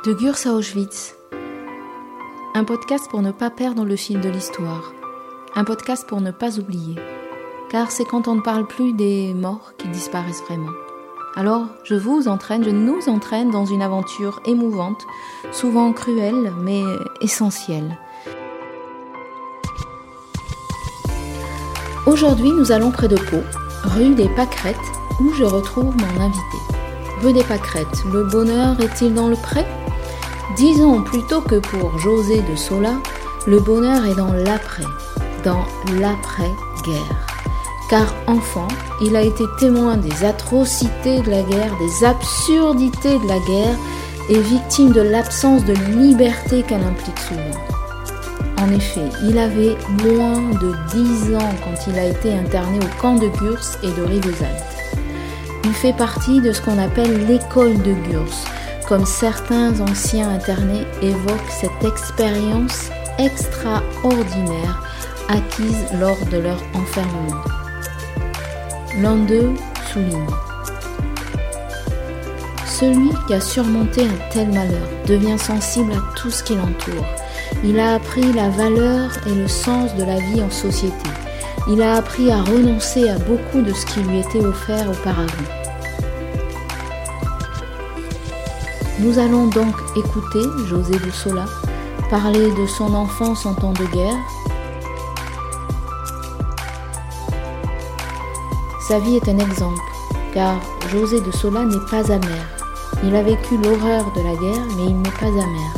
De Gurs à Auschwitz. Un podcast pour ne pas perdre le fil de l'histoire. Un podcast pour ne pas oublier. Car c'est quand on ne parle plus des morts qui disparaissent vraiment. Alors, je nous entraîne dans une aventure émouvante, souvent cruelle, mais essentielle. Aujourd'hui, nous allons près de Pau, rue des Pâquerettes, où je retrouve mon invité. Rue des Pâquerettes, le bonheur est-il dans le pré ? Disons plutôt que pour José de Sola, le bonheur est dans l'après-guerre. Car enfant, il a été témoin des atrocités de la guerre, des absurdités de la guerre et victime de l'absence de liberté qu'elle implique souvent. En effet, il avait moins de 10 ans quand il a été interné au camp de Gurs et de Rivesaltes. Il fait partie de ce qu'on appelle l'école de Gurs, comme certains anciens internés évoquent cette expérience extraordinaire acquise lors de leur enfermement. L'un d'eux souligne : celui qui a surmonté un tel malheur devient sensible à tout ce qui l'entoure. Il a appris la valeur et le sens de la vie en société. Il a appris à renoncer à beaucoup de ce qui lui était offert auparavant. Nous allons donc écouter José de Sola parler de son enfance en temps de guerre. Sa vie est un exemple, car José de Sola n'est pas amer. Il a vécu l'horreur de la guerre, mais il n'est pas amer.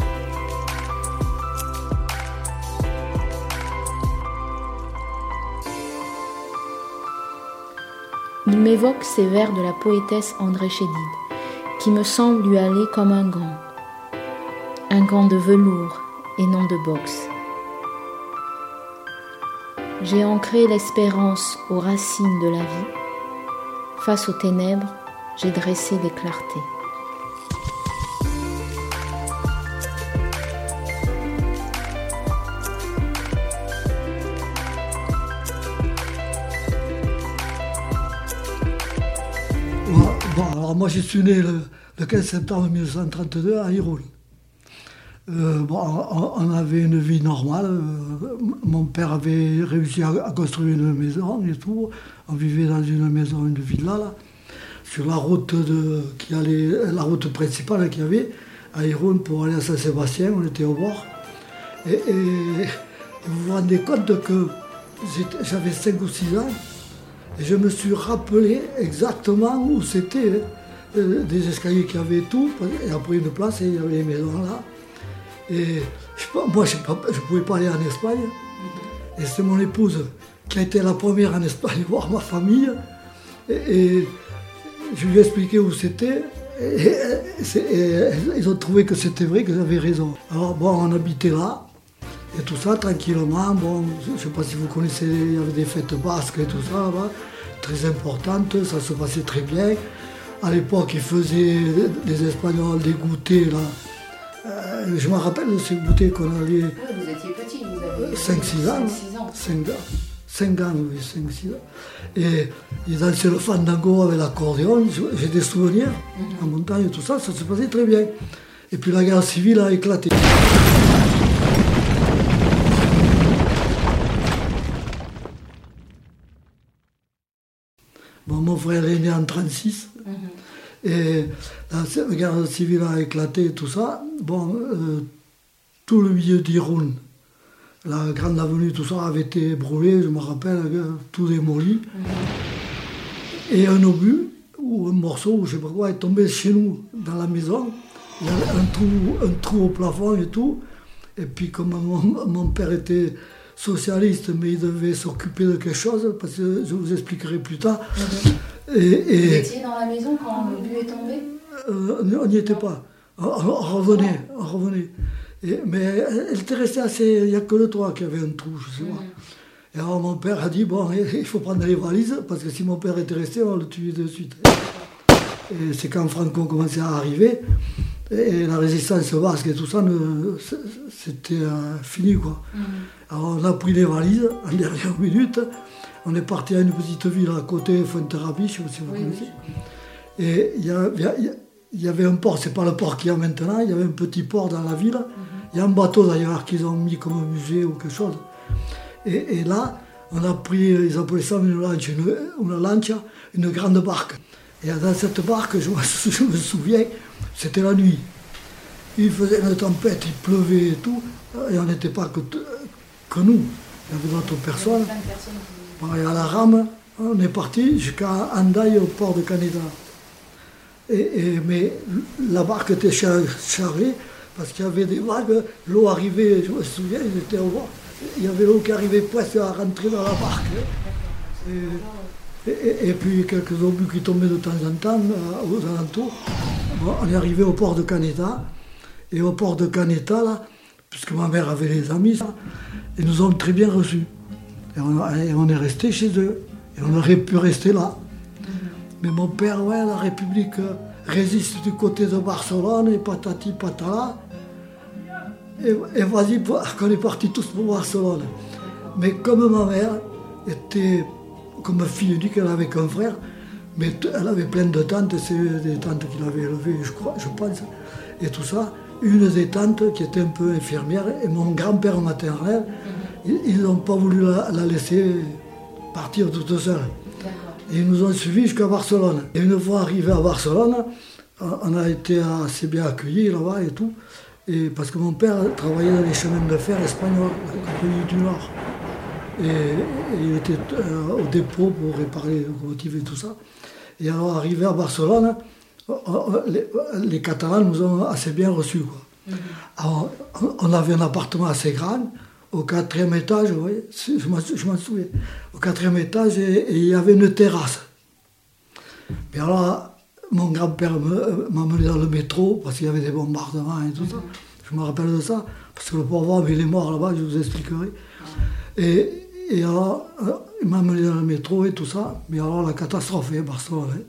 Il m'évoque ces vers de la poétesse André Chédid, qui me semble lui aller comme un gant de velours et non de boxe. J'ai ancré l'espérance aux racines de la vie. Face aux ténèbres, j'ai dressé des clartés. Moi, je suis né le 15 septembre 1932 à Irun. On avait une vie normale. Mon père avait réussi à construire une maison et tout. On vivait dans une maison, une villa, là, sur la route la route principale qu'il y avait à Irun pour aller à Saint-Sébastien. On était au bord. Et vous vous rendez compte que j'avais 5 ou 6 ans et je me suis rappelé exactement où c'était. Des escaliers qui avaient tout, et après une place, et il y avait les maisons là. Et moi, je ne pouvais pas aller en Espagne. Et c'est mon épouse qui a été la première en Espagne voir ma famille. Et je lui ai expliqué où c'était. Et ils ont trouvé que c'était vrai, que j'avais raison. Alors on habitait là, et tout ça, tranquillement. Je ne sais pas si vous connaissez, il y avait des fêtes basques et tout ça, là, très importantes, ça se passait très bien. À l'époque, ils faisaient des Espagnols, des goûters, là. Je me rappelle de ces goûters qu'on avait... Vous étiez petit, vous avez 5-6 ans. 5 ans, oui, 5-6 ans. Et ils dansaient le fandango avec l'accordéon. J'ai des souvenirs, en montagne et tout ça, ça se passait très bien. Et puis la guerre civile a éclaté. Mon frère est né en 1936. Et la guerre civile a éclaté et tout ça. Tout le milieu d'Irun, la grande avenue, tout ça avait été brûlé, je me rappelle, tout démoli. Et un obus, ou un morceau, ou je ne sais pas quoi, est tombé chez nous, dans la maison. Il y avait un trou au plafond et tout. Et puis comme mon père était socialiste, mais il devait s'occuper de quelque chose, parce que je vous expliquerai plus tard. Vous étiez dans la maison quand le but est tombé ? On n'y était pas. On revenait. Mais elle était restée assez... Il n'y a que le toit qui avait un trou, je sais pas. Et alors mon père a dit, il faut prendre les valises, parce que si mon père était resté, on le tuait de suite. Et c'est quand Franco commençait à arriver, et la résistance basque et tout ça, c'était fini, quoi. Alors on a pris les valises en dernière minute. On est parti à une petite ville à côté, Fuenterrabía, je ne sais pas si vous connaissez. Et il il y avait un port, c'est pas le port qu'il y a maintenant, il y avait un petit port dans la ville. Il y a un bateau d'ailleurs qu'ils ont mis comme un musée ou quelque chose. Et là, on a pris, ils appelaient ça une lancha, une grande barque. Et dans cette barque, je me souviens, c'était la nuit. Il faisait une tempête, il pleuvait et tout, et on n'était pas que nous. Il y avait d'autres personnes. Et à la rame, on est parti jusqu'à Hendaye, au port de Canéda. Mais la barque était chargée parce qu'il y avait des vagues, l'eau arrivait, je me souviens, il y avait l'eau qui arrivait presque à rentrer dans la barque. Et puis quelques obus qui tombaient de temps en temps aux alentours. Bon, on est arrivé au port de Canéda. Et au port de Canéda, là, puisque ma mère avait les amis, ils nous ont très bien reçus. Et on est resté chez eux. Et on aurait pu rester là. Mais mon père, ouais, la République résiste du côté de Barcelone, et patati patala. Et vas-y, qu'on est partis tous pour Barcelone. Mais comme ma mère était comme fille unique, elle avait qu'un frère, mais elle avait plein de tantes, c'est des tantes qui l'avaient élevée, je pense, et tout ça. Une des tantes qui était un peu infirmière, et mon grand-père maternel, ils n'ont pas voulu la laisser partir toute seule. Et ils nous ont suivis jusqu'à Barcelone. Et une fois arrivés à Barcelone, on a été assez bien accueillis là-bas et tout. Et parce que mon père travaillait dans les chemins de fer espagnols, la Compagnie du Nord. Et il était au dépôt pour réparer les locomotives et tout ça. Et alors, arrivé à Barcelone, les Catalans nous ont assez bien reçus, quoi. Alors, on avait un appartement assez grand, au 4e étage, vous voyez, je m'en souviens. Au 4e étage, et il y avait une terrasse. Mais alors, mon grand-père m'a emmené dans le métro, parce qu'il y avait des bombardements et tout ça. Je me rappelle de ça, parce que le pauvre homme, il est mort là-bas, je vous expliquerai. Et alors, il m'a emmené dans le métro et tout ça. Mais alors, la catastrophe, Barcelone.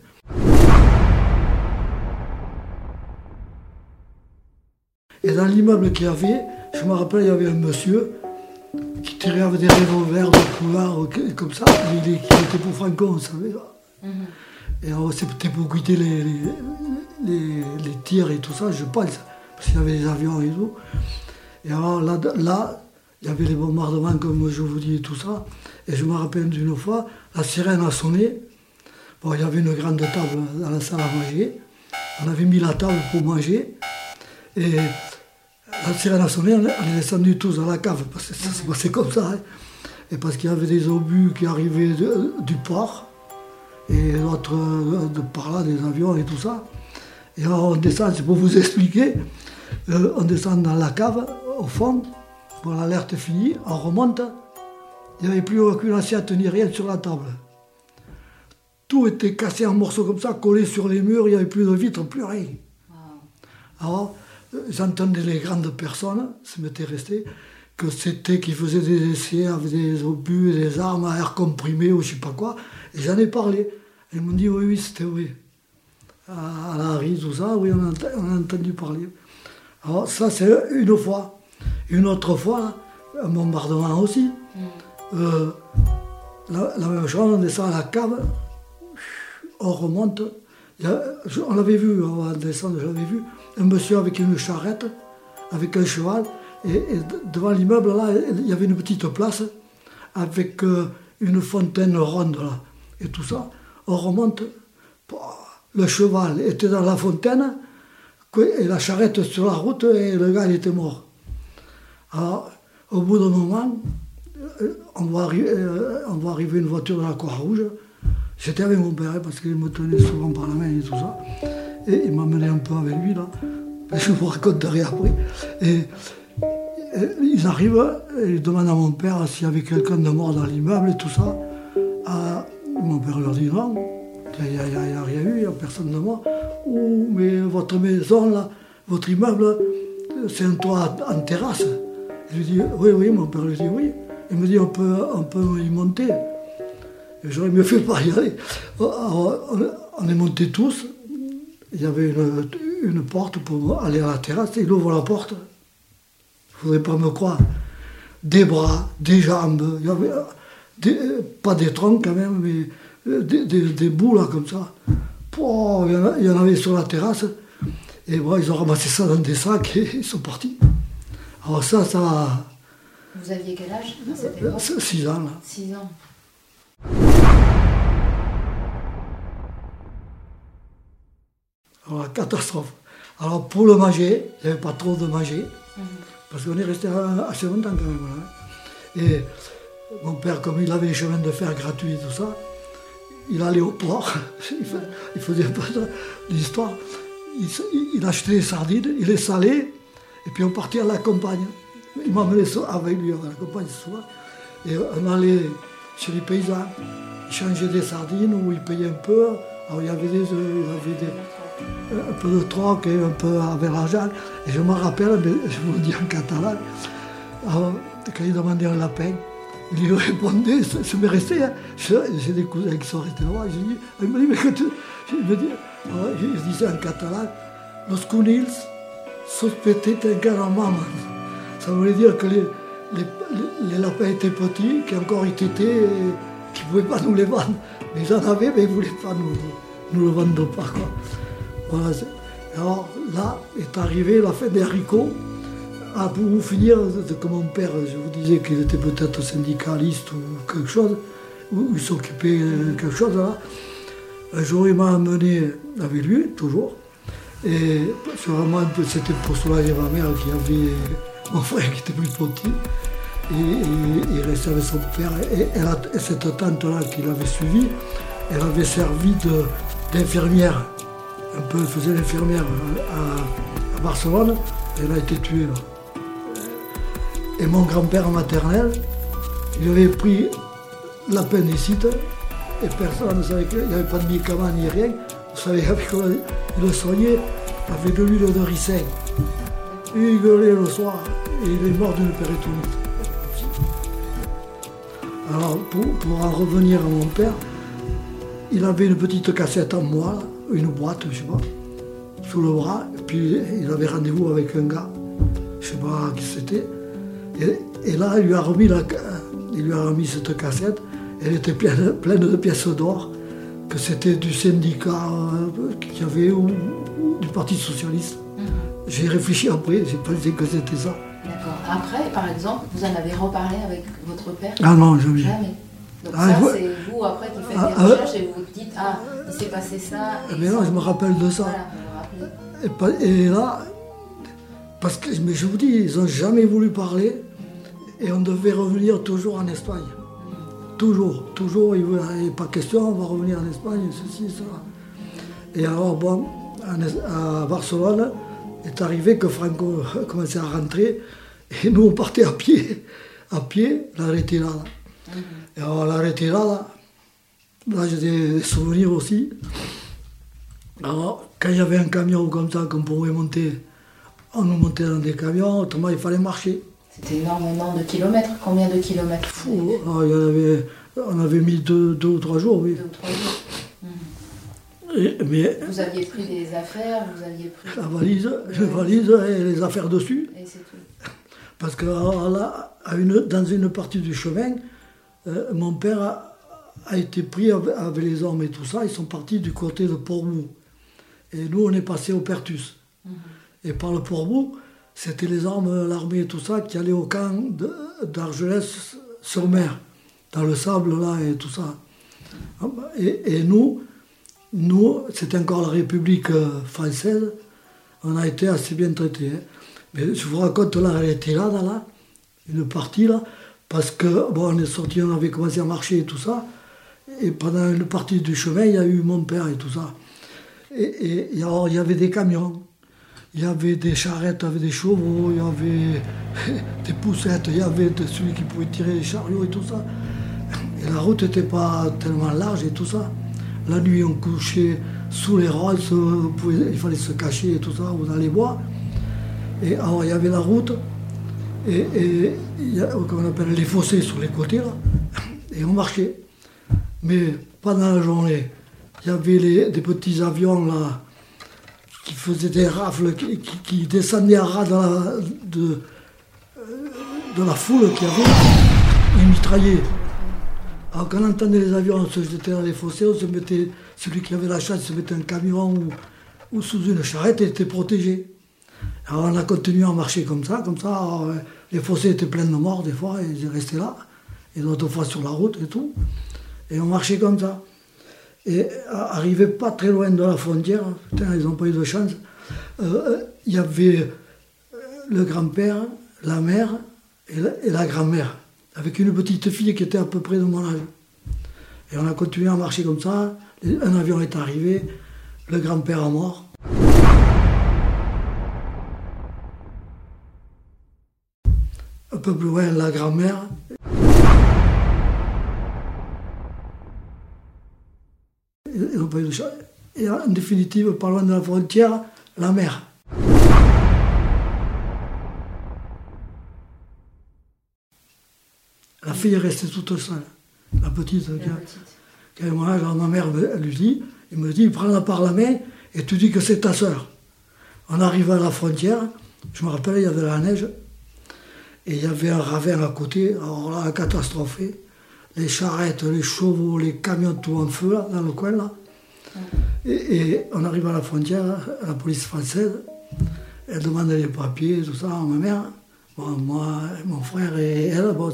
Et dans l'immeuble qu'il y avait, je me rappelle, il y avait un monsieur qui tirait avec des revolvers de couleur, comme ça, qui était pour Franco, vous savez. Là. Et alors, c'était pour guider les tirs et tout ça, je pense, parce qu'il y avait des avions et tout. Et alors là, il y avait les bombardements, comme je vous dis, et tout ça. Et je me rappelle d'une fois, la sirène a sonné. Bon, il y avait une grande table dans la salle à manger. On avait mis la table pour manger. Et la sirène a sonné, on est descendus tous à la cave, parce que ça s'est passé comme ça. Hein. Et parce qu'il y avait des obus qui arrivaient du port, et d'autres de par là, des avions et tout ça. Et alors on descend, c'est pour vous expliquer, on descend dans la cave, au fond, pour l'alerte finie, on remonte, il n'y avait plus aucune assiette ni rien sur la table. Tout était cassé en morceaux comme ça, collé sur les murs, il n'y avait plus de vitres, plus rien. Alors, j'entendais les grandes personnes, ça m'était resté, que c'était qu'ils faisaient des essais avec des obus, des armes à air comprimé ou je ne sais pas quoi, et j'en ai parlé. Ils m'ont dit oui, c'était oui. À la Harry, tout ça, oui, on a entendu parler. Alors ça, c'est une fois. Une autre fois, un bombardement aussi. La même chose, on descend à la cave, on remonte. On l'avait vu, avant de descendre, je l'avais vu, un monsieur avec une charrette, avec un cheval, et devant l'immeuble, là, il y avait une petite place, avec une fontaine ronde, là, et tout ça. On remonte, le cheval était dans la fontaine, et la charrette sur la route, et le gars, il était mort. Alors, au bout d'un moment, on voit arriver une voiture de la Croix-Rouge. J'étais avec mon père, parce qu'il me tenait souvent par la main et tout ça. Et il m'a mené un peu avec lui, là. Je vous raconterai après. Et ils arrivent, et ils demandent à mon père s'il y avait quelqu'un de mort dans l'immeuble et tout ça. Mon père leur dit non, il n'y a rien eu, il n'y a personne de mort. Oh, mais votre maison, là, votre immeuble, c'est un toit en terrasse. Je lui dis oui, mon père lui dit oui. Il me dit on peut y monter. Et j'aurais mieux fait pas y aller. On est montés tous. Il y avait une porte pour aller à la terrasse. Il ouvre la porte. Il ne faudrait pas me croire. Des bras, des jambes. Il y avait pas des troncs quand même, mais des bouts là comme ça. Il y en avait sur la terrasse. Et bon, ils ont ramassé ça dans des sacs et ils sont partis. Alors ça... Vous aviez quel âge à cette époque? 6 ans, là. 6 ans. Alors, catastrophe. Alors, pour le manger, il n'y avait pas trop de manger, parce qu'on est resté assez longtemps quand même. Hein. Et mon père, comme il avait les chemins de fer gratuits et tout ça, il allait au port, il faisait pas l'histoire, il achetait les sardines, il les salait, et puis on partait à la campagne. Il m'emmenait avec lui à la campagne souvent, et on allait chez les paysans, il changeait des sardines, ou il payait un peu, alors il y avait un peu de troc et un peu avec l'argent. Et je me rappelle, mais je vous le dis en catalan, alors, quand il demandait un lapin, il lui répondait, ça m'est resté, hein. J'ai des cousins qui sont restés là-bas, il me dit, mais quand je disais en catalan, los conills sospetaient encara maman. Ça voulait dire que les lapins étaient petits, qu'encore ils tétaient et qu'ils ne pouvaient pas nous les vendre. Mais ils en avaient, mais ils ne voulaient pas nous le vendre pas, quoi. Voilà. Alors là est arrivée la fin des haricots. Ah, pour vous finir, que mon père, je vous disais qu'il était peut-être syndicaliste ou quelque chose, ou il s'occupait de quelque chose là. Un jour, il m'a amené avec lui, toujours. Et sûrement, c'était pour soulager ma mère qui avait mon frère qui était plus petit. Et il restait avec son père. Et cette tante-là qui l'avait suivi, elle avait servi d'infirmière. Un peu, elle faisait l'infirmière à Barcelone. Elle a été tuée là. Et mon grand-père maternel, il avait pris l'appendicite et personne ne savait qu'il n'y avait pas de médicaments ni rien. Vous savez, il le soignait avec de l'huile de ricin. Il gueulait le soir et il est mort d'une péritonite. Alors, pour en revenir à mon père, il avait une petite cassette en moelle, une boîte, je ne sais pas, sous le bras. Et puis il avait rendez-vous avec un gars, je ne sais pas qui c'était. Et là, il lui a remis cette cassette. Elle était pleine de pièces d'or, que c'était du syndicat qu'il y avait ou du Parti Socialiste. J'ai réfléchi après, j'ai pensé que c'était ça. D'accord. Après, par exemple, vous en avez reparlé avec votre père? Ah non, jamais. Jamais. Donc ça, c'est vous après qui faites des recherches et vous vous dites, ah, il s'est passé ça. Mais non, je me rappelle de ça. Voilà, vous vous rappelez. Et là, parce que mais je vous dis, ils n'ont jamais voulu parler et on devait revenir toujours en Espagne. Toujours, il n'y avait pas question, on va revenir en Espagne, ceci, cela. Et alors, bon, à Barcelone, est arrivé que Franco commençait à rentrer et nous on partait à pied, la retirada. Et alors la retirada, là j'ai des souvenirs aussi. Alors quand il y avait un camion comme ça qu'on pouvait monter, on nous montait dans des camions, autrement il fallait marcher. C'était énormément de kilomètres. Combien de kilomètres? On avait mis 2 ou 3 jours, oui. 2 ou 3 jours. Mais vous aviez pris des affaires, vous aviez pris... La valise et les affaires dessus. Et c'est tout. Parce que là, dans une partie du chemin, mon père a été pris avec les hommes et tout ça. Ils sont partis du côté de Portbou. Et nous, on est passé au Pertus. Et par le Portbou, c'était les armes, l'armée et tout ça qui allaient au camp d'Argelès-sur-Mer, dans le sable là et tout ça. Et nous, c'était encore la République française, on a été assez bien traités. Hein. Mais je vous raconte la retirada là, une partie là, parce que bon, on est sortis, on avait commencé à marcher et tout ça, et pendant une partie du chemin, il y a eu mon père et tout ça. Et alors, il y avait des camions, il y avait des charrettes avec des chevaux, il y avait des poussettes, il y avait celui qui pouvait tirer les chariots et tout ça. Et la route n'était pas tellement large et tout ça. La nuit, on couchait sous les roses, il fallait se cacher et tout ça, dans les bois. Et alors, il y avait la route, et il y a, comme on appelle, les fossés sur les côtés, là, et on marchait. Mais pendant la journée, il y avait des petits avions, là, qui faisaient des rafles, qui descendaient à ras de la foule qu'il y avait, ils mitraillaient. Alors quand on entendait les avions, on se jetait dans les fossés, on se mettait, celui qui avait la chance se mettait un camion ou sous une charrette était protégé. Alors on a continué à marcher comme ça. Alors, les fossés étaient pleins de morts des fois, et ils restaient là, et d'autres fois sur la route et tout. Et on marchait comme ça. Et arrivé pas très loin de la frontière, putain, ils n'ont pas eu de chance, il y avait le grand-père, la mère et la grand-mère, avec une petite fille qui était à peu près de mon âge. Et on a continué à marcher comme ça. Un avion est arrivé, le grand-père est mort. Un peu plus loin, la grand-mère. Ils n'ont pas eu de chance. Et en définitive, pas loin de la frontière, la mère. La fille est restée toute seule. La petite. Qui avait mon âge, alors ma mère il me dit, prends-la par la main et tu dis que c'est ta sœur. On arrive à la frontière, je me rappelle, il y avait la neige, et il y avait un ravin à côté, alors là, catastrophé. Les charrettes, les chevaux, les camions, tout en feu, là, dans le coin, là. Et on arrive à la frontière, à la police française, elle demande les papiers, tout ça, à ma mère. Bon, moi, mon frère et elle, bon,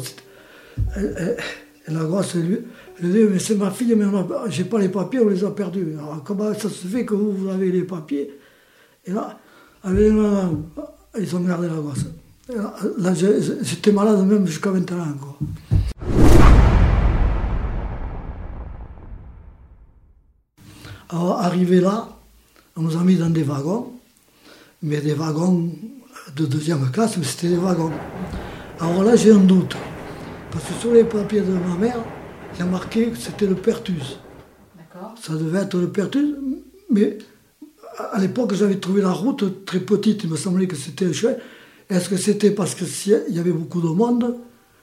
et la grosse, elle dit, mais c'est ma fille, mais j'ai pas les papiers, on les a perdus. Alors comment ça se fait que vous avez les papiers? Et là, ils ont gardé la gosse. Là, j'étais malade même jusqu'à 21 ans, quoi. Alors, arrivé là, on nous a mis dans des wagons, mais des wagons de deuxième classe, mais c'était des wagons. Alors là, j'ai un doute, parce que sur les papiers de ma mère, il y a marqué que c'était le Pertus. D'accord. Ça devait être le Pertus, mais à l'époque, j'avais trouvé la route très petite, il me semblait que c'était un chemin. Est-ce que c'était parce qu'il y avait beaucoup de monde,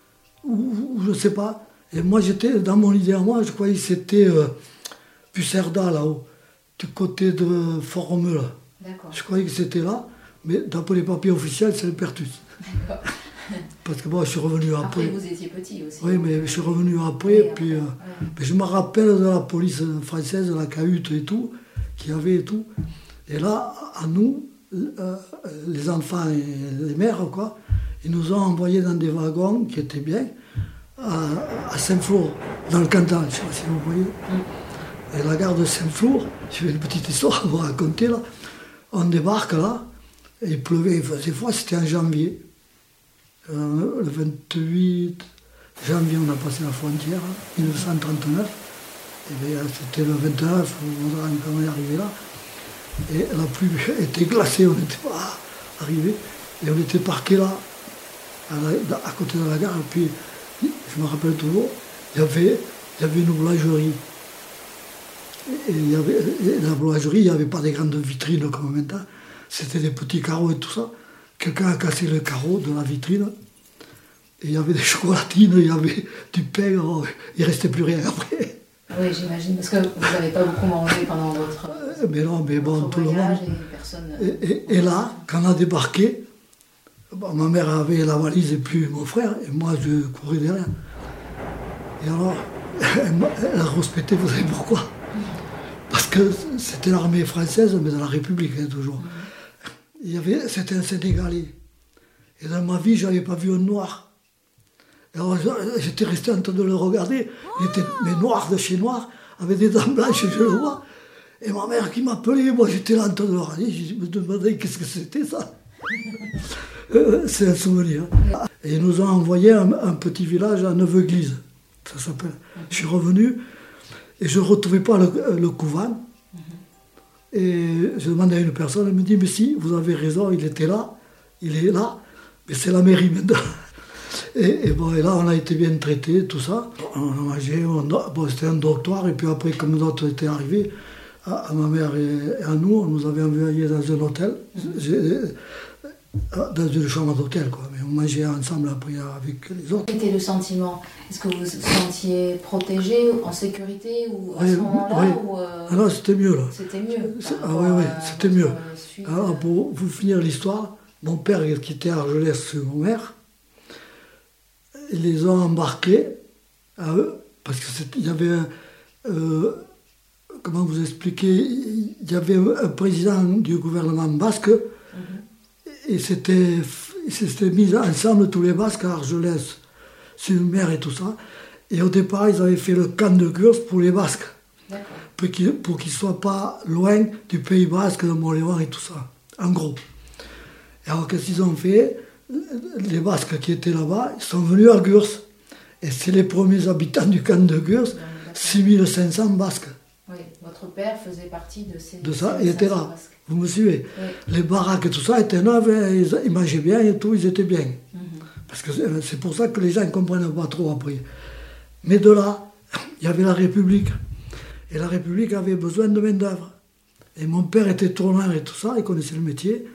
ou je ne sais pas. Et moi, j'étais, dans mon idée à moi, je croyais que c'était Pucerda, là-haut, du côté de Fort-Romeu. D'accord. Je croyais que c'était là, mais d'après les papiers officiels, c'est le Pertus. D'accord. Parce que moi, je suis revenu après. Après, vous étiez petit aussi. Oui, mais je suis revenu après, oui, puis mais je me rappelle de la police française, la cahute et tout, qu'il y avait et tout. Et là, à nous, les enfants et les mères, quoi, ils nous ont envoyés dans des wagons qui étaient bien, à Saint-Flour, dans le Cantal, je ne sais pas si vous voyez. Et la gare de Saint-Flour, je vais une petite histoire à vous raconter là. On débarque là, et il pleuvait, il faisait froid, c'était en janvier. Le 28 janvier, on a passé la frontière, 1939. Et bien, c'était le 29, on est arrivé là. Et la pluie était glacée, on n'était pas arrivé. Et on était parqué là, à côté de la gare. Et puis, je me rappelle toujours, il y avait une boulangerie. Et la boulangerie, il n'y avait pas des grandes vitrines comme maintenant. C'était des petits carreaux et tout ça. Quelqu'un a cassé le carreau de la vitrine. Et il y avait des chocolatines, il y avait du pain. Oh, il ne restait plus rien après. Oui, j'imagine, parce que vous n'avez pas beaucoup mangé pendant votre mais non, mais bon, tout le monde. Et là, quand on a débarqué, bon, ma mère avait la valise et puis mon frère, et moi je courais derrière. Et alors, elle a respecté, vous savez pourquoi? Parce que c'était l'armée française, mais de la République, hein, toujours. C'était un Sénégalais. Et dans ma vie, je n'avais pas vu un noir. Alors j'étais resté en train de le regarder. Il était noir de chez noir, avec des dents blanches, je le vois. Et ma mère qui m'appelait, moi j'étais là en train de le regarder. Je me demandais qu'est-ce que c'était ça. C'est un souvenir. Et ils nous ont envoyé à un petit village à Neuve-Église, ça s'appelle. Je suis revenu et je ne retrouvais pas le couvent. Et je demandais à une personne, elle me dit, mais si, vous avez raison, il était là, il est là, mais c'est la mairie maintenant. Et là, on a été bien traités, tout ça. On a mangé, c'était un dortoir, et puis après, comme d'autres étaient arrivés, à ma mère et à nous, on nous avait envoyés dans un hôtel, dans une chambre d'hôtel, quoi. Mais on mangeait ensemble après avec les autres. Quel était le sentiment? Est-ce que vous vous sentiez protégé, en sécurité, ou à ce moment-là? Oui. Ou Ah non, c'était mieux, là. C'était mieux. Oui, c'était mieux. Alors, pour vous finir l'histoire, mon père qui était à Argelès sur mon mère, ils les ont embarqués à eux, parce qu'il y avait comment vous expliquer, il y avait un président du gouvernement basque, et s'étaient mis ensemble tous les Basques à Argelès, sur une mer et tout ça. Et au départ, ils avaient fait le camp de Gurs pour les Basques, pour qu'ils ne soient pas loin du Pays Basque, de Montléon et tout ça, en gros. Et alors, qu'est-ce qu'ils ont fait? Les Basques qui étaient là-bas, ils sont venus à Gurs. Et c'est les premiers habitants du camp de Gurs, 6500 Basques. Oui, votre père faisait partie de ces... De ça, il était là. Basques. Vous me suivez? Oui. Les baraques et tout ça étaient neuves, ils mangeaient bien et tout, ils étaient bien. Parce que c'est pour ça que les gens ne comprennent pas trop après. Mais de là, il y avait la République. Et la République avait besoin de main-d'œuvre. Et mon père était tourneur et tout ça, il connaissait le métier.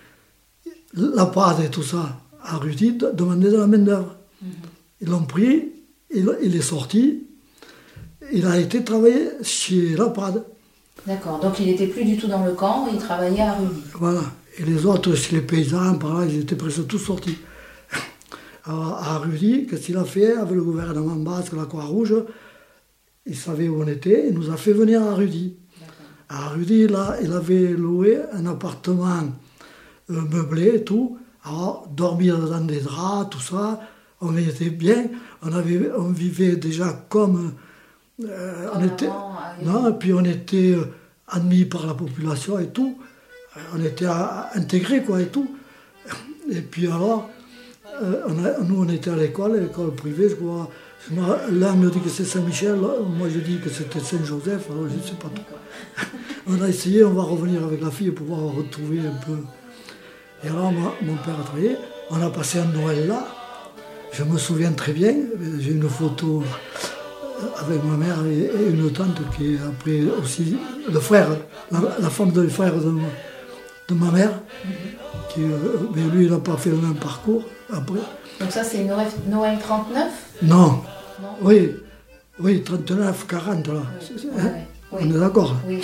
La Prade et tout ça, à Rudy, demandait de la main-d'œuvre. Ils l'ont pris, il est sorti, il a été travailler chez la Prade. D'accord, donc il n'était plus du tout dans le camp, il travaillait à Rudy. Voilà, et les autres, chez les paysans, par là, ils étaient presque tous sortis. Alors, à Rudy, qu'est-ce qu'il a fait avec le gouvernement basque, la Croix-Rouge? Il savait où on était, il nous a fait venir à Rudy. À Rudy, là, il avait loué un appartement meublé et tout, alors dormir dans des draps, tout ça, on était bien, on vivait déjà comme... on était, non, et puis on était admis par la population et tout, on était intégrés quoi et tout. Et puis alors, nous on était à l'école privée, je crois. L'un me dit que c'est Saint-Michel, moi je dis que c'était Saint-Joseph, alors je ne sais pas trop. On a essayé, on va revenir avec la fille pour pouvoir retrouver un peu. Et alors mon père a travaillé, on a passé un Noël là, je me souviens très bien, j'ai une photo avec ma mère et une tante qui est après aussi le frère, la femme du frère de ma mère, qui, mais lui il n'a pas fait le même parcours après. Donc ça c'est Noël 39? Non. Oui, 39, 40 là. On est d'accord. Oui.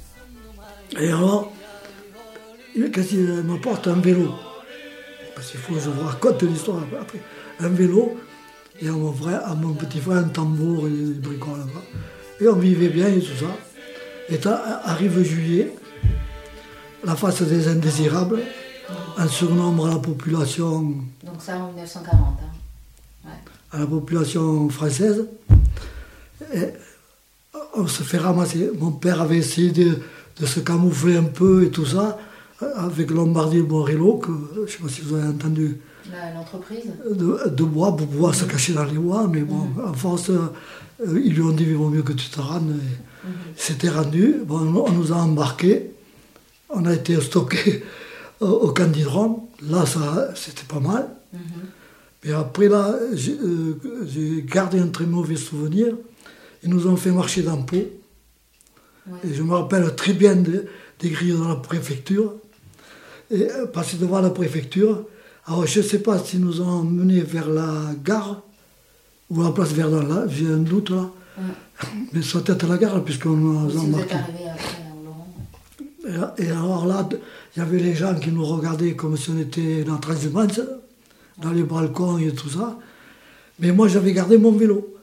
Et alors, qu'est-ce qu'il m'apporte? Un vélo. Parce qu'il faut que je vous raconte l'histoire après. Un vélo, et à mon petit frère un tambour et des bricoles là-bas. Et on vivait bien et tout ça. Et arrive juillet, la face des indésirables, un surnombre à la population. Donc ça en 1940. Hein. Ouais. À la population française. Et on se fait ramasser. Mon père avait essayé de se camoufler un peu et tout ça, avec Lombardi et Borello, que je ne sais pas si vous avez entendu. L'entreprise de bois pour pouvoir se cacher dans les bois, mais bon, en force, ils lui ont dit il vaut mieux que tu te rendes. C'était rendu, bon, on nous a embarqués, on a été stockés au camp d'Hydrome, là c'était pas mal. Mais après là, j'ai gardé un très mauvais souvenir, ils nous ont fait marcher dans Pau, et je me rappelle très bien des grilles de la préfecture, et passer devant la préfecture. Alors, je ne sais pas s'ils nous ont menés vers la gare ou la place Verdun, là, j'ai un doute là. Mais soit peut-être la gare, puisqu'on nous a embarqués. Vous êtes arrivé après, Laurent. Et alors là, il y avait les gens qui nous regardaient comme si on était dans la transhumance, dans les balcons et tout ça. Mais moi, j'avais gardé mon vélo.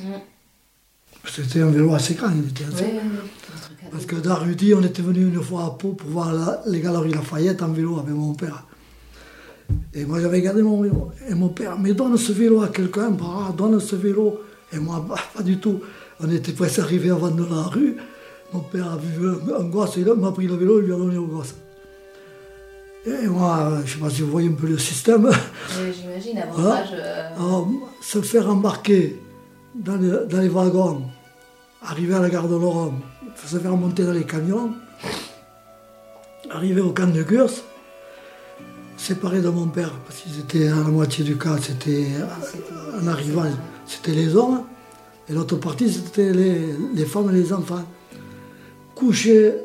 C'était un vélo assez grand, il était assez... Parce que d'Arudi, on était venu une fois à Pau pour voir les Galeries Lafayette en vélo avec mon père. Et moi j'avais gardé mon vélo. Et mon père, mais donne ce vélo à quelqu'un, donne ce vélo. Et moi, pas du tout. On était presque arrivés avant de la rue. Mon père a vu un gosse, il m'a pris le vélo, il lui a donné au gosse. Et moi, je ne sais pas si vous voyez un peu le système. J'imagine, à votre âge... Alors, se faire embarquer dans les wagons, arriver à la gare de Lorme, se faire monter dans les camions, arriver au camp de Gurs, séparé de mon père, parce qu'ils étaient à la moitié du cas, c'était en arrivant, c'était les hommes, et l'autre partie, c'était les femmes et les enfants. Couchés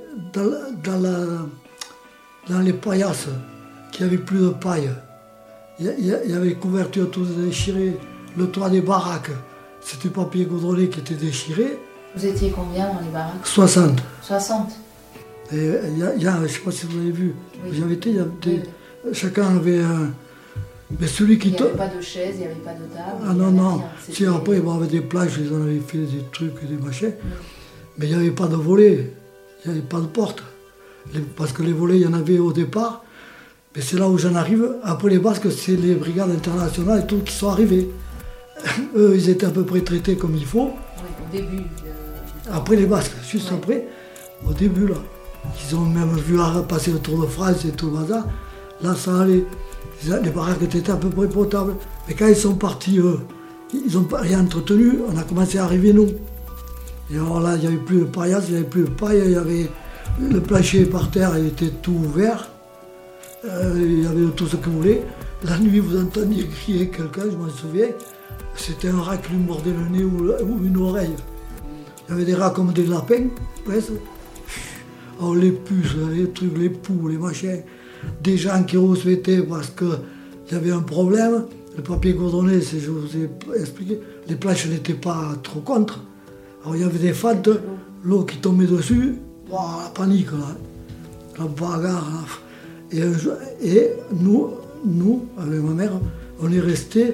dans les paillasses, qui n'avaient plus de paille. Il y avait les couvertures toutes déchirées, le toit des baraques, c'était le papier goudronné qui était déchiré. Vous étiez combien dans les baraques? 60. 60. Et je ne sais pas si vous avez vu, j'avais été, chacun avait un... Mais celui qui... Il n'y avait pas de chaise, il n'y avait pas de table. Ah non. Si après, il y avait des plages, ils en avaient fait des trucs, des machins. Mais il n'y avait pas de volet, il n'y avait pas de porte. Parce que les volets, il y en avait au départ. Mais c'est là où j'en arrive. Après les Basques, c'est les brigades internationales et tout qui sont arrivés. Eux, ils étaient à peu près traités comme il faut. Oui, au début. Après les Basques, juste après, au début là. Ils ont même vu passer le Tour de France et tout le bazar. Là, ça allait. Les baraques étaient à peu près potables. Mais quand ils sont partis, eux, ils n'ont rien entretenu. On a commencé à arriver, nous. Et alors là, il n'y avait plus de paillasse, il n'y avait plus de paille, il y avait le plancher par terre, il était tout ouvert. Il y avait tout ce que vous voulez. La nuit, vous entendiez crier quelqu'un, je m'en souviens. C'était un rat qui lui mordait le nez ou une oreille. Il y avait des rats comme des lapins, presque. Alors les puces, les trucs, les poux, les machins. Des gens qui rouspétaient parce qu'il y avait un problème. Le papier gourdonné, je vous ai expliqué, les planches n'étaient pas trop contre. Alors il y avait des fentes, l'eau qui tombait dessus, wow, la panique là, la bagarre. Et nous, avec ma mère, on est restés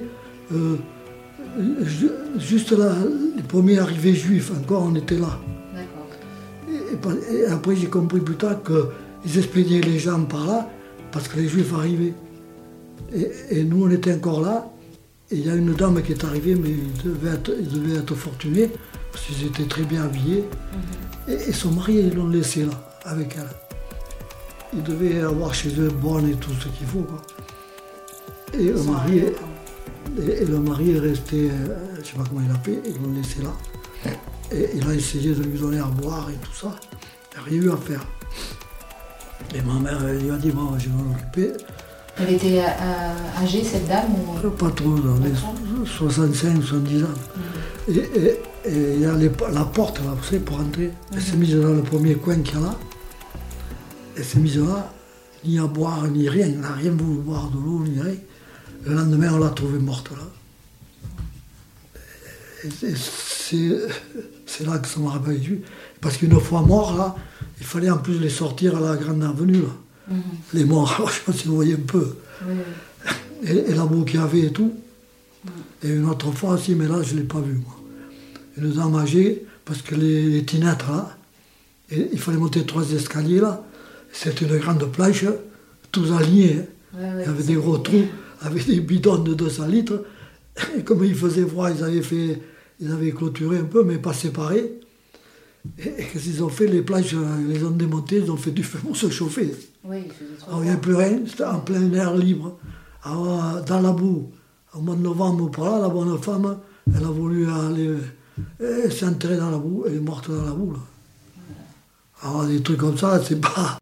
juste là, les premiers arrivés juifs, encore on était là. D'accord. Et après j'ai compris plus tard qu'ils expédiaient les gens par là parce que les juifs arrivaient. Et nous on était encore là, et il y a une dame qui est arrivée, mais ils devaient être fortunés, parce qu'ils étaient très bien habillés. Et son mari, ils l'ont laissé là, avec elle. Ils devaient avoir chez eux bonne et tout ce qu'il faut, quoi. Et le mari est resté, je ne sais pas comment il a fait, ils l'ont laissé là. Et il a essayé de lui donner à boire et tout ça. Il n'a rien eu à faire. Et ma mère, elle lui a dit, bon, je vais m'en occuper. Elle était âgée, cette dame ou... Pas trop, dans les 65, 70 ans. Et il y a la porte, là, vous savez, pour entrer. Elle s'est mise dans le premier coin qu'il y a là. Elle s'est mise là, ni à boire, ni rien. Elle n'a rien voulu boire de l'eau, ni rien. Le lendemain, on l'a trouvée morte là. Et c'est là que ça m'a rappelé. Parce qu'une fois mort, là, il fallait en plus les sortir à la grande avenue, là. Les morts, alors, je ne sais pas si vous voyez un peu. Oui. Et la boue qu'il y avait et tout. Et une autre fois aussi, mais là, je ne l'ai pas vu, moi. Une dame âgée, parce que les tinètres, là, et il fallait monter 3 escaliers, là. C'était une grande planche, tous alignés. Il y avait des gros trous, avec des bidons de 200 litres. Et comme il faisait froid, ils avaient clôturé un peu, mais pas séparé. Et qu'est-ce qu'ils ont fait? Les planches, ils les ont démontées, ils ont fait du feu pour se chauffer. Oui, il faisait trop. Alors il n'y avait plus rien, c'était en plein air libre. Alors dans la boue, au mois de novembre, par là, la bonne femme, elle a voulu aller s'enterrer dans la boue, elle est morte dans la boue. Là. Alors des trucs comme ça, c'est pas...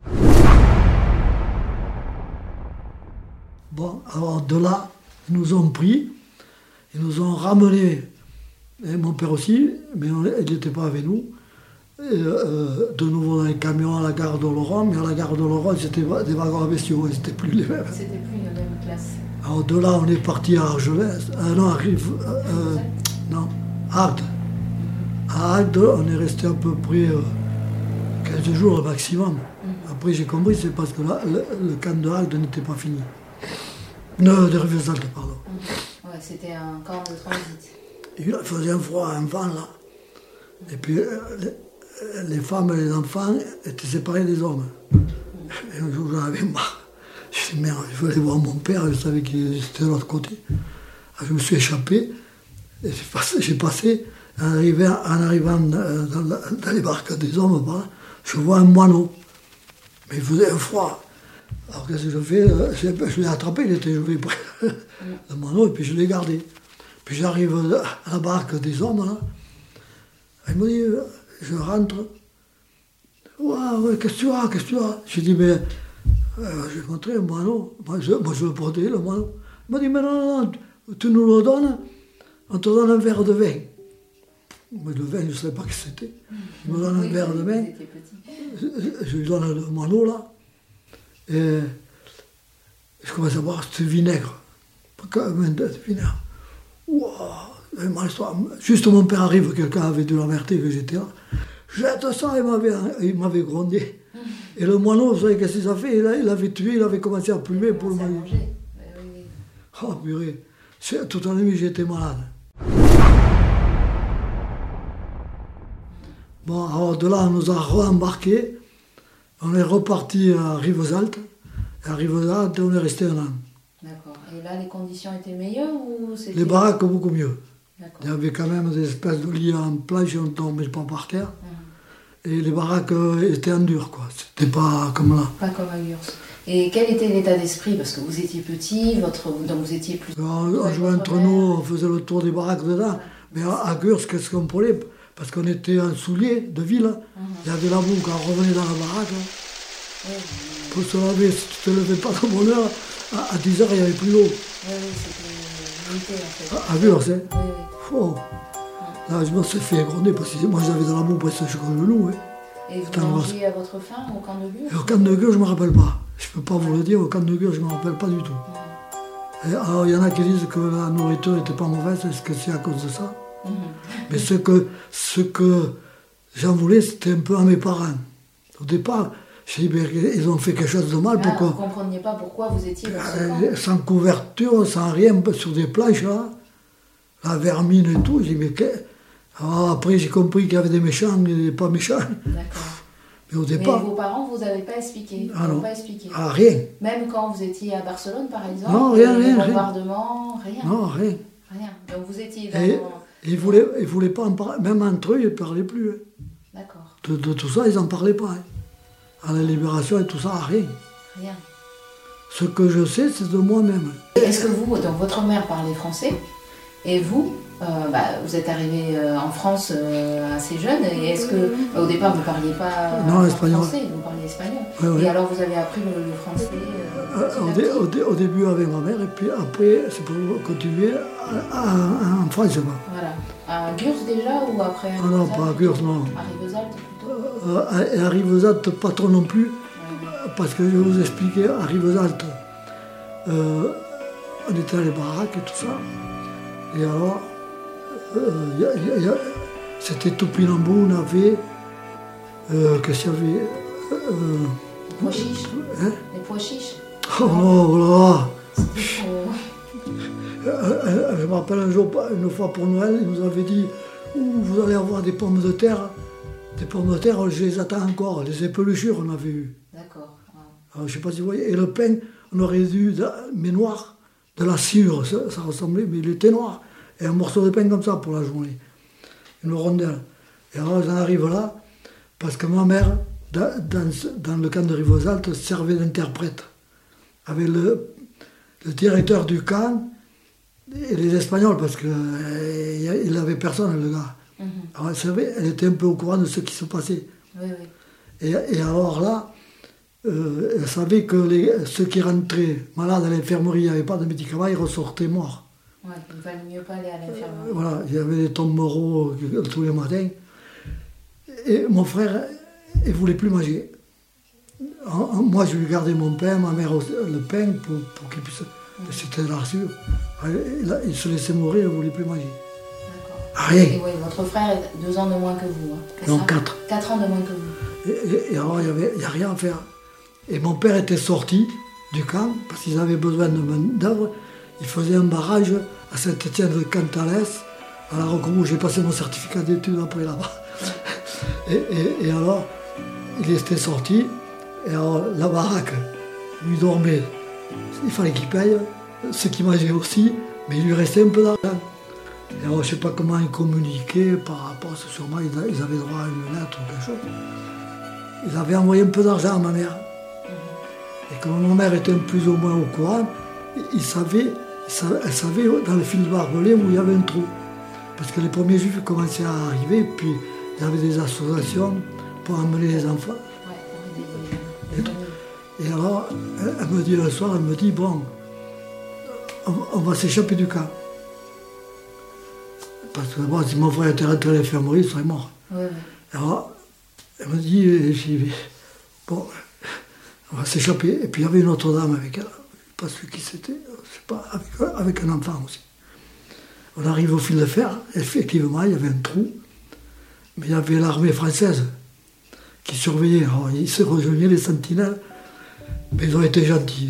Bon, alors de là, ils nous ont pris, ils nous ont ramenés, et mon père aussi, mais il n'était pas avec nous. Et, de nouveau dans les camions à la gare d'Oloron, mais à la gare d'Oloron, c'était des wagons à bestiaux, c'était plus les mêmes. C'était plus la même classe. Alors de là, on est parti à Argelès, à Agde. À Agde, on est resté à peu près 15 jours au maximum. Après, j'ai compris, c'est parce que là, le camp de Agde n'était pas fini. De Rivesaltes, pardon. Ouais, c'était un camp de transit. Il faisait un froid, un vent là. Et puis les femmes et les enfants étaient séparés des hommes. Et un jour j'en avais marre. Je dis merde, je veux aller voir mon père, je savais qu'il était de l'autre côté. Alors, je me suis échappé, et j'ai passé, en arrivant dans les barques des hommes, je vois un moineau. Mais il faisait un froid. Alors qu'est-ce que je fais? Je l'ai attrapé, il était joué près le moineau, et puis je l'ai gardé. Puis j'arrive à la barque des hommes, là. Il me dit, je rentre. Ouais, qu'est-ce que tu as? J'ai dit, mais je vais montrer le moineau. Moi, je veux protéger le moineau. Il m'a dit, mais non, tu nous le donnes, on te donne un verre de vin. Mais le vin, je ne savais pas ce que c'était. Il me donne un verre de vin. Je lui donne le moineau, là. Et je commence à boire ce vinaigre. Vinaigre. Wow, juste mon père arrive, quelqu'un avait dû l'avertir que j'étais là. Jette ça, il m'avait grondé. Et le moineau, vous savez qu'est-ce qu'il a fait? Il avait tué, il avait commencé à plumer pour le manger. Oh purée, toute la nuit j'étais malade. Bon, alors de là, on nous a re-embarqués. On est reparti à Rivesaltes. Et à Rivesaltes, on est resté 1 an. D'accord. Et là, les conditions étaient meilleures ou c'était... Les baraques, beaucoup mieux. D'accord. Il y avait quand même des espèces de lits en planche, on ne tombait pas par terre. Et les baraques étaient en dur, quoi. C'était pas comme là. Pas comme à Gurs. Et quel était l'état d'esprit? Parce que vous étiez petit, donc vous étiez plus... On jouait entre nous, on faisait le tour des baraques dedans. Mais à Gurs, qu'est-ce qu'on prenait? Parce qu'on était en soulier de ville. Il y avait la boue quand on revenait dans la baraque. Pour se laver, si tu ne te levais pas de bonne heure, à 10h, il n'y avait plus d'eau. Oui, c'était limité en fait. À Gurs, hein. Oui. Oh. Là, je me suis fait gronder parce que moi, j'avais de la boue presque jusqu'au genou. Hein. Et vous mangez à votre faim au camp de Gurs? Au camp de Gurs, je ne me rappelle pas. Je ne peux pas vous le dire, au camp de Gurs, je ne me rappelle pas du tout. Et alors, il y en a qui disent que la nourriture n'était pas mauvaise, est-ce que c'est à cause de ça? Mais ce que j'en voulais, c'était un peu à mes parents. Au départ, je dis, ils ont fait quelque chose de mal, pourquoi? Vous ne compreniez pas pourquoi vous étiez dans ce camp? Sans couverture, sans rien, sur des planches, là, la vermine et tout. J'ai dit, mais alors, après, j'ai compris qu'il y avait des méchants et des pas méchants. D'accord. Mais au départ... Mais vos parents, vous n'avez pas expliqué? Pas expliqué. Ah, rien. Même quand vous étiez à Barcelone, par exemple? Non, rien. Bombardements, rien? Non, rien. Rien. Donc vous étiez dans... Et ils voulaient pas en parler, même entre eux, ils ne parlaient plus. Hein. D'accord. De tout ça, ils n'en parlaient pas. Hein. À la Libération et tout ça, rien. Rien. Ce que je sais, c'est de moi-même. Est-ce que vous, donc votre mère parlait français, et vous, vous êtes arrivé en France assez jeune, et est-ce que, au départ, vous ne parliez pas français, vous parliez espagnol. Oui. Et alors vous avez appris le français Au début avec ma mère, et puis après, c'est pour continuer en France. Voilà. À Gurs déjà, ou après à non, pas à Gurs, non. À Rivesaltes plutôt? Et à Rivesaltes, pas trop non plus, parce que je vais vous expliquer, à Rivesaltes, on était dans les baraques et tout ça, et alors, c'était Topinambou, on avait, qu'est-ce qu'il y avait les pois chiches. Hein? Les pois chiches. Oh là! Je me rappelle un jour, une fois pour Noël, il nous avait dit, vous allez avoir des pommes de terre. Des pommes de terre, je les attends encore. Les épluchures, on avait eu. D'accord. Alors, je ne sais pas si vous voyez. Et le pain, on aurait eu, mais noir, de la sciure, ça ressemblait, mais il était noir. Et un morceau de pain comme ça pour la journée. Une rondelle. Et alors, j'en arrive là, parce que ma mère, dans le camp de Rivesaltes, servait d'interprète. Avec le directeur du camp et les Espagnols, parce qu'il n'avait personne, le gars. Alors elle était un peu au courant de ce qui se passait. Oui. Et alors là, elle savait que ceux qui rentraient malades à l'infirmerie, il n'y avait pas de médicaments, ils ressortaient morts. Ouais, il valait mieux pas aller à l'infirmerie. Voilà, il y avait des tombes moraux tous les matins. Et mon frère, il ne voulait plus manger. Moi, je lui gardais mon pain, ma mère le pain, pour qu'il puisse... C'était l'arçure. Il se laissait mourir, il ne voulait plus manger. Rien. Et oui, votre frère est 2 ans de moins que vous. Hein, non, 4. 4 ans de moins que vous. Et alors, il n'y a rien à faire. Et mon père était sorti du camp, parce qu'ils avaient besoin de main-d'œuvre. Il faisait un barrage à Saint-Étienne-de-Cantalès, à la Roqueroux, où j'ai passé mon certificat d'études après là-bas. Et alors, il était sorti, et alors la baraque, lui dormait. Il fallait qu'il paye, ce qu'il mangeait aussi, mais il lui restait un peu d'argent. Et alors, je ne sais pas comment ils communiquaient par rapport à ce, sûrement ils avaient droit à une lettre ou quelque chose. Ils avaient envoyé un peu d'argent à ma mère. Et comme ma mère était plus ou moins au courant, elle savait dans le fil de barbelé où il y avait un trou. Parce que les premiers juifs commençaient à arriver, puis il y avait des associations pour emmener les enfants. Et alors, elle me dit le soir, elle me dit, bon, on va s'échapper du camp. Parce que bon, si mon frère était rentré à l'infirmerie, il serait mort. Oui. Alors, elle me dit, bon, on va s'échapper. Et puis il y avait une autre dame avec elle, je ne sais pas ce qui c'était, je sais pas, avec un enfant aussi. On arrive au fil de fer, effectivement, il y avait un trou, mais il y avait l'armée française qui surveillait. Alors, ils se rejoignaient, les sentinelles, mais ils ont été gentils.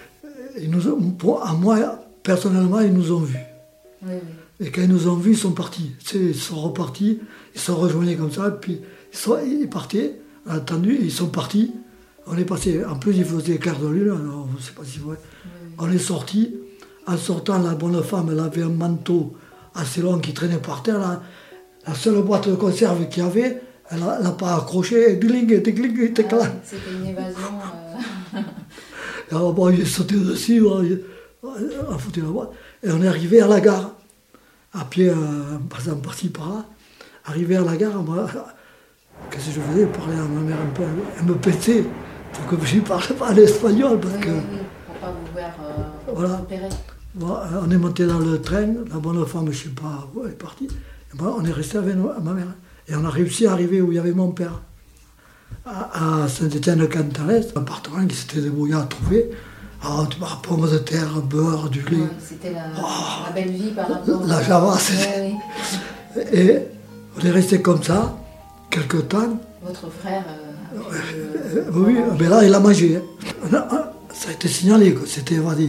À moi, personnellement, ils nous ont vus. Oui. Et quand ils nous ont vus, ils sont partis. Ils sont repartis, ils se rejoignaient comme ça, puis ils Ils partaient, on a attendu, ils sont partis. On est passé, en plus il faisait clair de lune, alors je ne sais pas si vous voyez. On est sortis. En sortant, la bonne femme, elle avait un manteau assez long qui traînait par terre. La seule boîte de conserve qu'il y avait, elle n'a pas accroché. C'était une évasion. Alors bon, il est sauté dessus, on a foutu la boîte. Et on est arrivé à la gare, à pied, en passant par-ci, par-là. Arrivé à la gare, moi, qu'est-ce que je faisais? Je parlais à ma mère un peu. Elle me pétait pour que je ne parle pas l'espagnol. Parce que, pour pas vous faire repérer. Voilà, on est monté dans le train, la bonne femme, je ne sais pas où elle est partie. Et moi, on est resté avec ma mère. Et on a réussi à arriver où il y avait mon père, à Saint-Étienne-de-Cantalès, un appartement qui s'était débrouillé à trouver. Alors, tu vois, pommes de terre, beurre, du lait. Ouais, c'était la belle vie par rapport la Java, c'était. Et on est resté comme ça, quelque temps. Votre frère oui, mais là, il a mangé. Ça a été signalé, c'était évadé.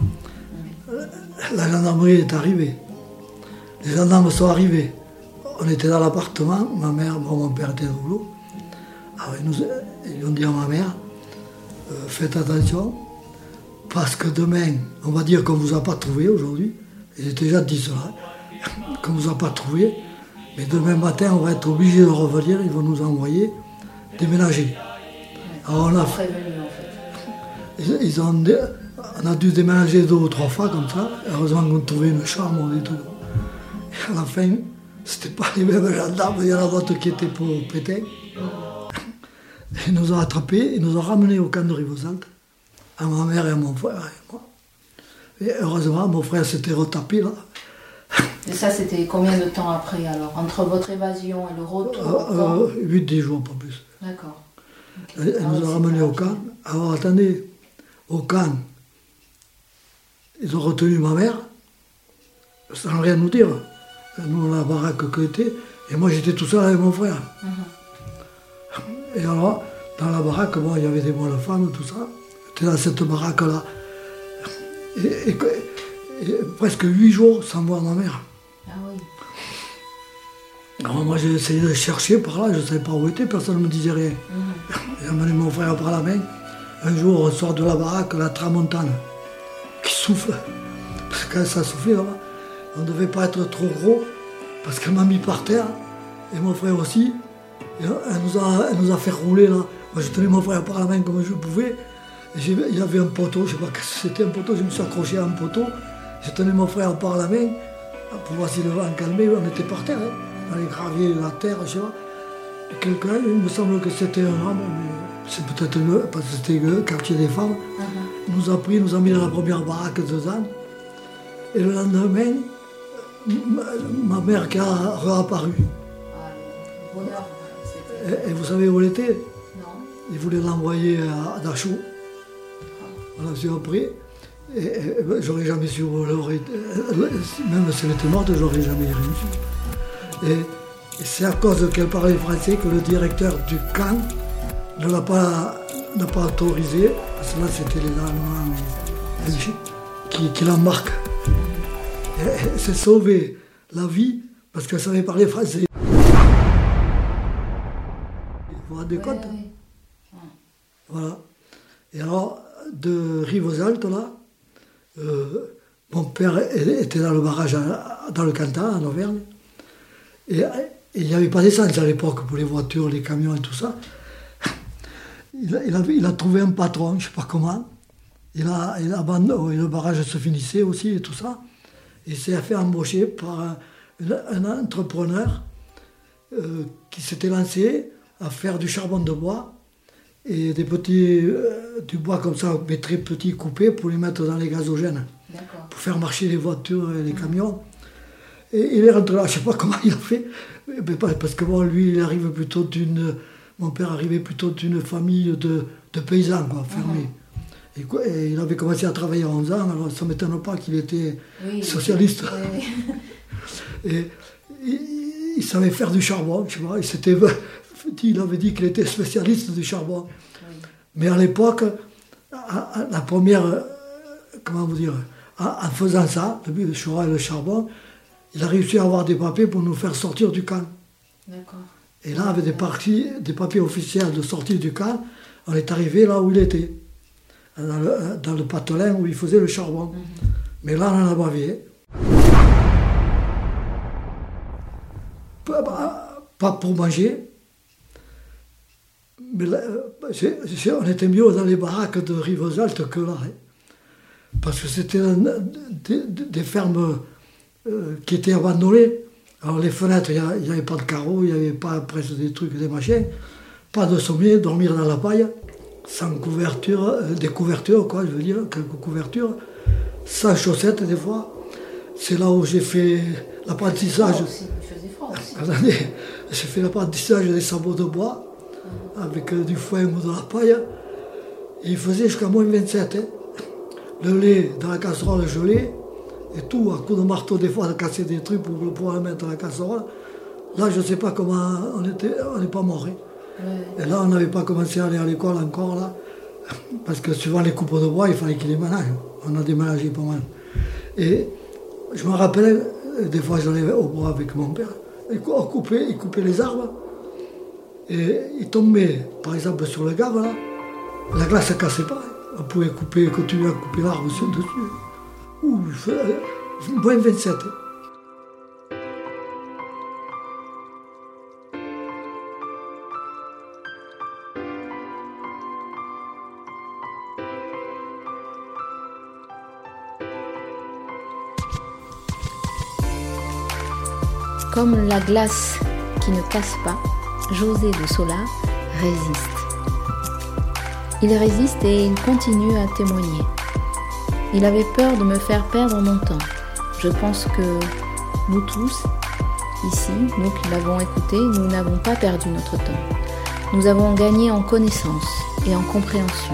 La gendarmerie est arrivée. Les gendarmes sont arrivés. On était dans l'appartement, ma mère, mon père était au boulot. Alors ils ont dit à ma mère, faites attention, parce que demain, on va dire qu'on ne vous a pas trouvé aujourd'hui. Ils étaient déjà dit cela, qu'on ne vous a pas trouvé. Mais demain matin, on va être obligé de revenir, ils vont nous envoyer déménager. Alors on a prévenu en fait. On a dû déménager 2 ou 3 fois comme ça. Heureusement qu'on trouvait une chambre et tout. Et à la fin, c'était pas les mêmes gendarmes, il y en a d'autres qui étaient pour Pétain. Ils nous ont attrapés, ils nous ont ramenés au camp de Rivesaltes, à ma mère et à mon frère et moi. Et heureusement, mon frère s'était retapé là. Et ça, c'était combien de temps après alors? Entre votre évasion et le retour 8-10 jours, pas plus. D'accord. Okay. Ils nous ont ramenés au camp. Alors attendez, au camp, ils ont retenu ma mère, sans rien nous dire. Nous, la baraque que était, et moi j'étais tout seul avec mon frère. Et alors, dans la baraque, bon, il y avait des bonnes femmes, tout ça. J'étais dans cette baraque-là. Et presque 8 jours sans voir ma mère. Ah oui. Alors moi j'ai essayé de chercher par là, je ne savais pas où était, personne ne me disait rien. J'ai amené mon frère par la main. Un jour, on sort de la baraque, la tramontane, qui souffle. Parce que quand ça soufflait là-bas, on ne devait pas être trop gros, parce qu'elle m'a mis par terre, et mon frère aussi. Et elle nous a fait rouler là. Moi je tenais mon frère par la main comme je pouvais. Et il y avait un poteau, je ne sais pas ce que c'était un poteau, je me suis accroché à un poteau. Je tenais mon frère par la main pour voir si le vent calmait, on était par terre. On allait gravier la terre, je sais pas. Et quelqu'un, il me semble que c'était un homme, mais c'est peut-être parce que c'était le quartier des femmes. Il nous a pris, nous a mis dans la première baraque de Zan. Et le lendemain, ma mère qui a réapparu. Ah, le bonheur. Et vous savez où elle était? Non. Ils voulaient l'envoyer à Dachau. On l'a su après. Et j'aurais jamais su où elle aurait été. Même si elle était morte, j'aurais jamais réussi. Et c'est à cause qu'elle parlait français que le directeur du camp ne l'a pas autorisé. Parce que là, c'était les Allemands qui la marquent. Elle s'est sauvée la vie parce qu'elle savait parler français. Vous vous rendez compte? Voilà. Et alors, de Rivesaltes, là, mon père était dans le barrage, dans le Cantal, en Auvergne. Et il n'y avait pas d'essence à l'époque pour les voitures, les camions et tout ça. Il a trouvé un patron, je ne sais pas comment. Il a abandonné, le barrage se finissait aussi et tout ça. Il s'est fait embaucher par un entrepreneur qui s'était lancé à faire du charbon de bois et des petits, du bois comme ça, mais très petits coupés pour les mettre dans les gazogènes. D'accord. Pour faire marcher les voitures et les camions. Et il est rentré là, je ne sais pas comment il a fait, mais parce que bon, lui, mon père arrivait plutôt d'une famille de paysans, quoi, fermés. Et il avait commencé à travailler à 11 ans, alors ça ne m'étonne pas qu'il était socialiste. Oui. Et il savait faire du charbon, je sais pas, il avait dit qu'il était spécialiste du charbon. Oui. Mais à l'époque, la première, comment vous dire, en faisant ça, le charbon, il a réussi à avoir des papiers pour nous faire sortir du camp. D'accord. Et là, avec des papiers officiels de sortie du camp, on est arrivé là où il était, dans le patelin où il faisait le charbon. Mais là, on en a bavé. Pas pour manger, mais là, on était mieux dans les baraques de Rivesaltes que là. Hein. Parce que c'était des fermes qui étaient abandonnées. Alors les fenêtres, il n'y avait pas de carreaux, il n'y avait pas presque des trucs, des machins. Pas de sommier, dormir dans la paille, sans couverture, des couvertures, quoi, je veux dire, quelques couvertures, sans chaussettes des fois. C'est là où j'ai fait l'apprentissage. Il faisait froid aussi. Attendez, j'ai fait l'apprentissage des sabots de bois, avec du foin ou de la paille. Et il faisait jusqu'à moins 27. Hein. Le lait dans la casserole gelé, et tout, à coups de marteau des fois, de casser des trucs pour pouvoir le mettre dans la casserole. Là, je ne sais pas comment on n'est pas mort. Hein. Ouais. Et là, on n'avait pas commencé à aller à l'école encore, là, parce que suivant les coupes de bois, il fallait qu'il les ménage. On a déménagé pas mal. Et je me rappelle, des fois, j'allais au bois avec mon père, il coupait les arbres, et il tombait, par exemple, sur le gave, là, la glace ne cassait pas. Hein. On pouvait continuer à couper l'arbre dessus. Ouh, moins 27. Comme la glace qui ne casse pas, José de Sola résiste. Il résiste et il continue à témoigner. Il avait peur de me faire perdre mon temps. Je pense que nous tous, ici, nous qui l'avons écouté, nous n'avons pas perdu notre temps. Nous avons gagné en connaissance et en compréhension.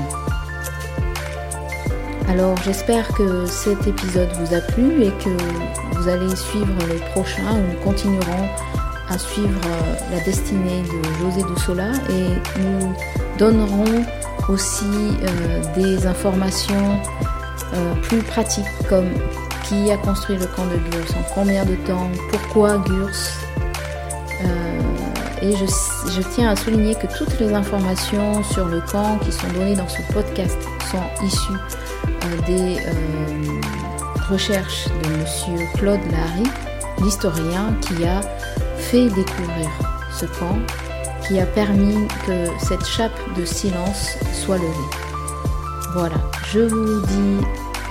Alors j'espère que cet épisode vous a plu et que vous allez suivre le prochain où nous continuerons à suivre la destinée de José de Sola et nous donnerons aussi des informations plus pratiques comme qui a construit le camp de Gurs, en combien de temps, pourquoi Gurs. Et je tiens à souligner que toutes les informations sur le camp qui sont données dans ce podcast sont issues des recherches de M. Claude Lahari, l'historien qui a fait découvrir ce camp, qui a permis que cette chape de silence soit levée. Voilà, je vous dis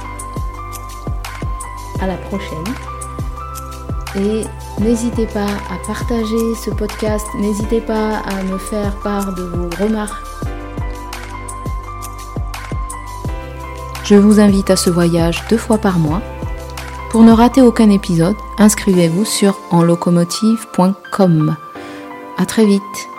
à la prochaine et n'hésitez pas à partager ce podcast, n'hésitez pas à me faire part de vos remarques. Je vous invite à ce voyage 2 fois par mois. Pour ne rater aucun épisode, inscrivez-vous sur enlocomotive.com. À très vite.